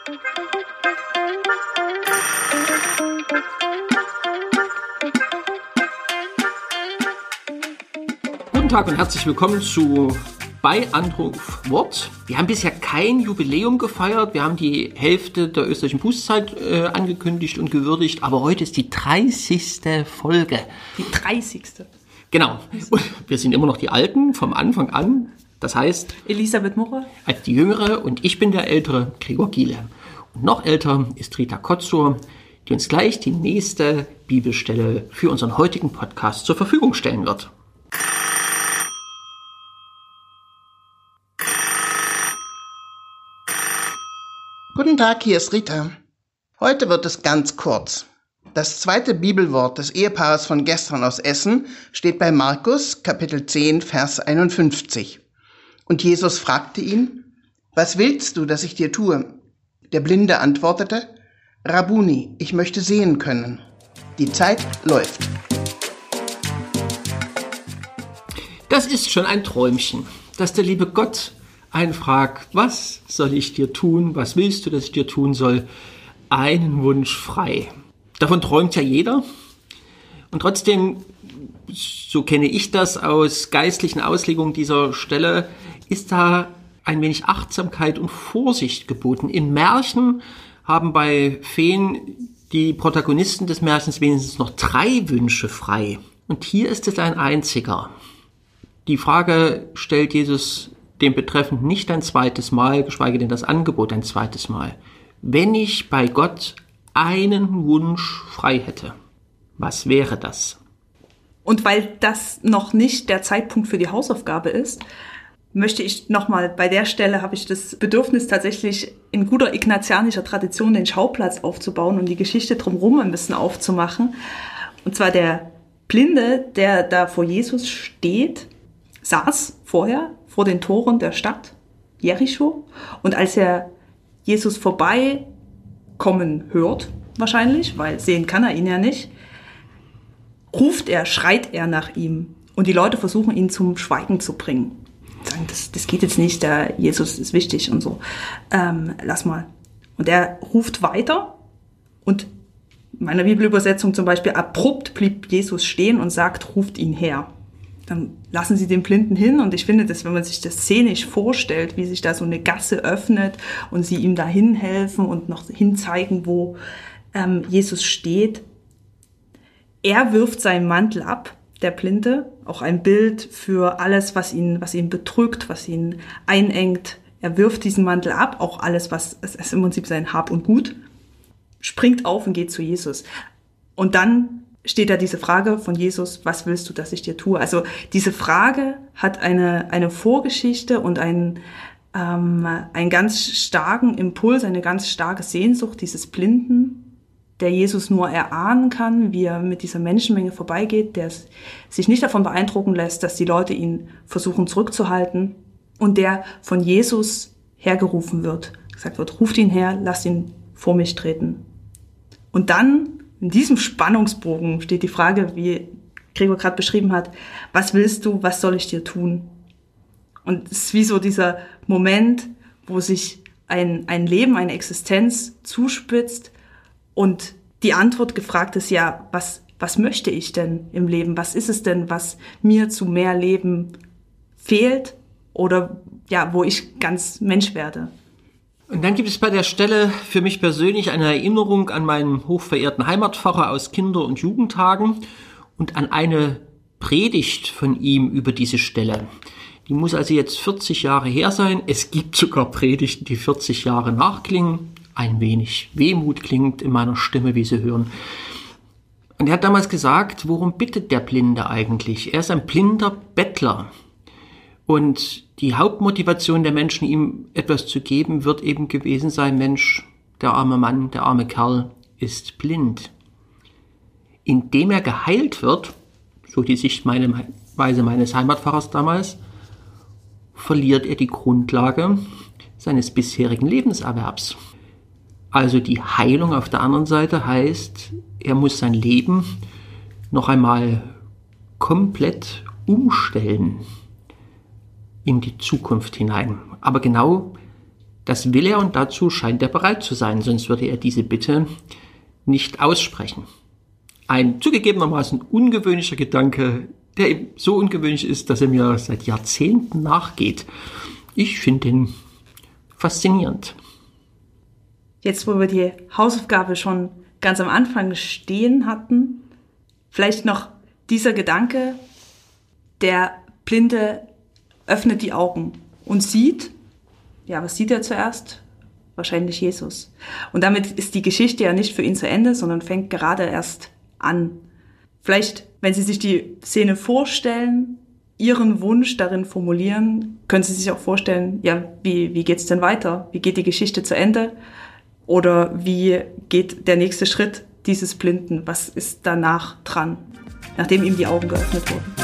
Guten Tag und herzlich willkommen zu bei Anruf Wort. Wir haben bisher kein Jubiläum gefeiert. Wir haben die Hälfte der österreichischen Bußzeit angekündigt und gewürdigt. Aber heute ist die 30. Folge. Die 30. Genau. Und wir sind immer noch die Alten vom Anfang an. Das heißt, Elisabeth Mucher als die Jüngere und ich bin der Ältere, Gregor Giele. Und noch älter ist Rita Kotzur, die uns gleich die nächste Bibelstelle für unseren heutigen Podcast zur Verfügung stellen wird. Guten Tag, hier ist Rita. Heute wird es ganz kurz. Das zweite Bibelwort des Ehepaares von gestern aus Essen steht bei Markus, Kapitel 10, Vers 51. Und Jesus fragte ihn, was willst du, dass ich dir tue? Der Blinde antwortete, Rabbuni, ich möchte sehen können. Die Zeit läuft. Das ist schon ein Träumchen, dass der liebe Gott einen fragt, was soll ich dir tun, was willst du, dass ich dir tun soll? Einen Wunsch frei. Davon träumt ja jeder. Und trotzdem, so kenne ich das aus geistlichen Auslegungen dieser Stelle, ist da ein wenig Achtsamkeit und Vorsicht geboten. In Märchen haben bei Feen die Protagonisten des Märchens wenigstens noch 3 Wünsche frei. Und hier ist es ein einziger. Die Frage stellt Jesus dem Betreffenden nicht ein zweites Mal, geschweige denn das Angebot ein zweites Mal. Wenn ich bei Gott einen Wunsch frei hätte, was wäre das? Und weil das noch nicht der Zeitpunkt für die Hausaufgabe ist, möchte ich nochmal, bei der Stelle habe ich das Bedürfnis tatsächlich in guter ignatianischer Tradition den Schauplatz aufzubauen und die Geschichte drumherum ein bisschen aufzumachen. Und zwar der Blinde, der da vor Jesus steht, saß vorher vor den Toren der Stadt Jericho und als er Jesus vorbeikommen hört, wahrscheinlich, weil sehen kann er ihn ja nicht, schreit er nach ihm und die Leute versuchen ihn zum Schweigen zu bringen. Sagen, das geht jetzt nicht, der Jesus ist wichtig und so, lass mal. Und er ruft weiter und in meiner Bibelübersetzung zum Beispiel, abrupt blieb Jesus stehen und sagt, ruft ihn her. Dann lassen sie den Blinden hin und ich finde, dass wenn man sich das szenisch vorstellt, wie sich da so eine Gasse öffnet und sie ihm dahin helfen und noch hinzeigen, wo Jesus steht. Er wirft seinen Mantel ab, der Blinde, auch ein Bild für alles, was ihn bedrückt, was ihn einengt. Er wirft diesen Mantel ab, auch alles, was es ist im Prinzip sein Hab und Gut, springt auf und geht zu Jesus. Und dann steht da diese Frage von Jesus, was willst du, dass ich dir tue? Also diese Frage hat eine Vorgeschichte und einen ganz starken Impuls, eine ganz starke Sehnsucht dieses Blinden, der Jesus nur erahnen kann, wie er mit dieser Menschenmenge vorbeigeht, der sich nicht davon beeindrucken lässt, dass die Leute ihn versuchen zurückzuhalten und der von Jesus hergerufen wird. Gesagt wird, ruft ihn her, lasst ihn vor mich treten. Und dann in diesem Spannungsbogen steht die Frage, wie Gregor gerade beschrieben hat, was willst du, was soll ich dir tun? Und es ist wie so dieser Moment, wo sich ein Leben, eine Existenz zuspitzt und die Antwort gefragt ist, ja, was möchte ich denn im Leben? Was ist es denn, was mir zu mehr Leben fehlt oder ja, wo ich ganz Mensch werde? Und dann gibt es bei der Stelle für mich persönlich eine Erinnerung an meinen hochverehrten Heimatpfarrer aus Kinder- und Jugendtagen und an eine Predigt von ihm über diese Stelle. Die muss also jetzt 40 Jahre her sein. Es gibt sogar Predigten, die 40 Jahre nachklingen. Ein wenig Wehmut klingt in meiner Stimme, wie Sie hören. Und er hat damals gesagt, worum bittet der Blinde eigentlich? Er ist ein blinder Bettler. Und die Hauptmotivation der Menschen, ihm etwas zu geben, wird eben gewesen sein, Mensch, der arme Mann, der arme Kerl ist blind. Indem er geheilt wird, so die Sichtweise meines Heimatpfarrers damals, verliert er die Grundlage seines bisherigen Lebenserwerbs. Also die Heilung auf der anderen Seite heißt, er muss sein Leben noch einmal komplett umstellen in die Zukunft hinein. Aber genau Das will er und dazu scheint er bereit zu sein, sonst würde er diese Bitte nicht aussprechen. Ein zugegebenermaßen ungewöhnlicher Gedanke, der eben so ungewöhnlich ist, dass er mir seit Jahrzehnten nachgeht. Ich finde ihn faszinierend. Jetzt, wo wir die Hausaufgabe schon ganz am Anfang stehen hatten, vielleicht noch dieser Gedanke, der Blinde öffnet die Augen und sieht, ja, was sieht er zuerst? Wahrscheinlich Jesus. Und damit ist die Geschichte ja nicht für ihn zu Ende, sondern fängt gerade erst an. Vielleicht, wenn Sie sich die Szene vorstellen, Ihren Wunsch darin formulieren, können Sie sich auch vorstellen, ja, wie geht's denn weiter? Wie geht die Geschichte zu Ende? Oder wie geht der nächste Schritt dieses Blinden? Was ist danach dran, nachdem ihm die Augen geöffnet wurden?